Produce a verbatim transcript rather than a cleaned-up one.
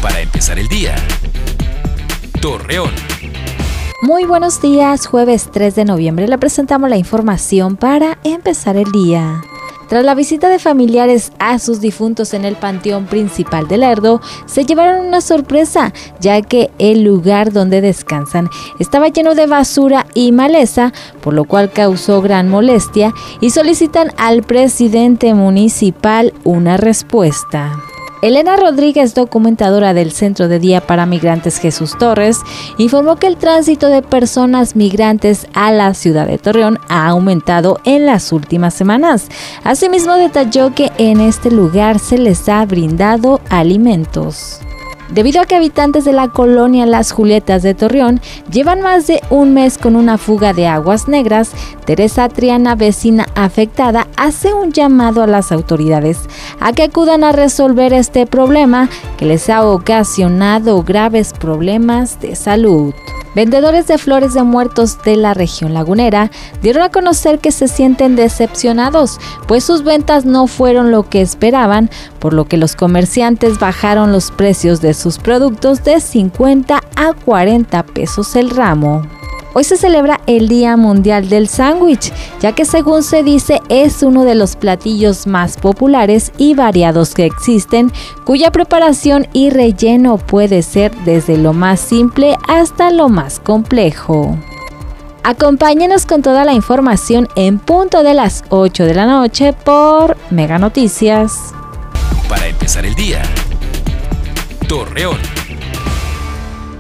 para empezar el día. Torreón. Muy buenos días, jueves tres de noviembre le presentamos la información para empezar el día. Tras la visita de familiares a sus difuntos en el panteón principal de Lerdo, se llevaron una sorpresa, ya que el lugar donde descansan estaba lleno de basura y maleza, por lo cual causó gran molestia y solicitan al presidente municipal una respuesta. Elena Rodríguez, documentadora del Centro de Día para Migrantes Jesús Torres, informó que el tránsito de personas migrantes a la ciudad de Torreón ha aumentado en las últimas semanas. Asimismo, detalló que en este lugar se les ha brindado alimentos. Debido a que habitantes de la colonia Las Julietas de Torreón llevan más de un mes con una fuga de aguas negras, Teresa Triana, vecina afectada, hace un llamado a las autoridades a que acudan a resolver este problema que les ha ocasionado graves problemas de salud. Vendedores de flores de muertos de la región lagunera dieron a conocer que se sienten decepcionados, pues sus ventas no fueron lo que esperaban, por lo que los comerciantes bajaron los precios de sus productos de cincuenta a cuarenta pesos el ramo. Hoy se celebra el Día Mundial del Sándwich, ya que según se dice es uno de los platillos más populares y variados que existen, cuya preparación y relleno puede ser desde lo más simple hasta lo más complejo. Acompáñenos con toda la información en punto de las ocho de la noche por Mega Noticias. Para empezar el día. Torreón.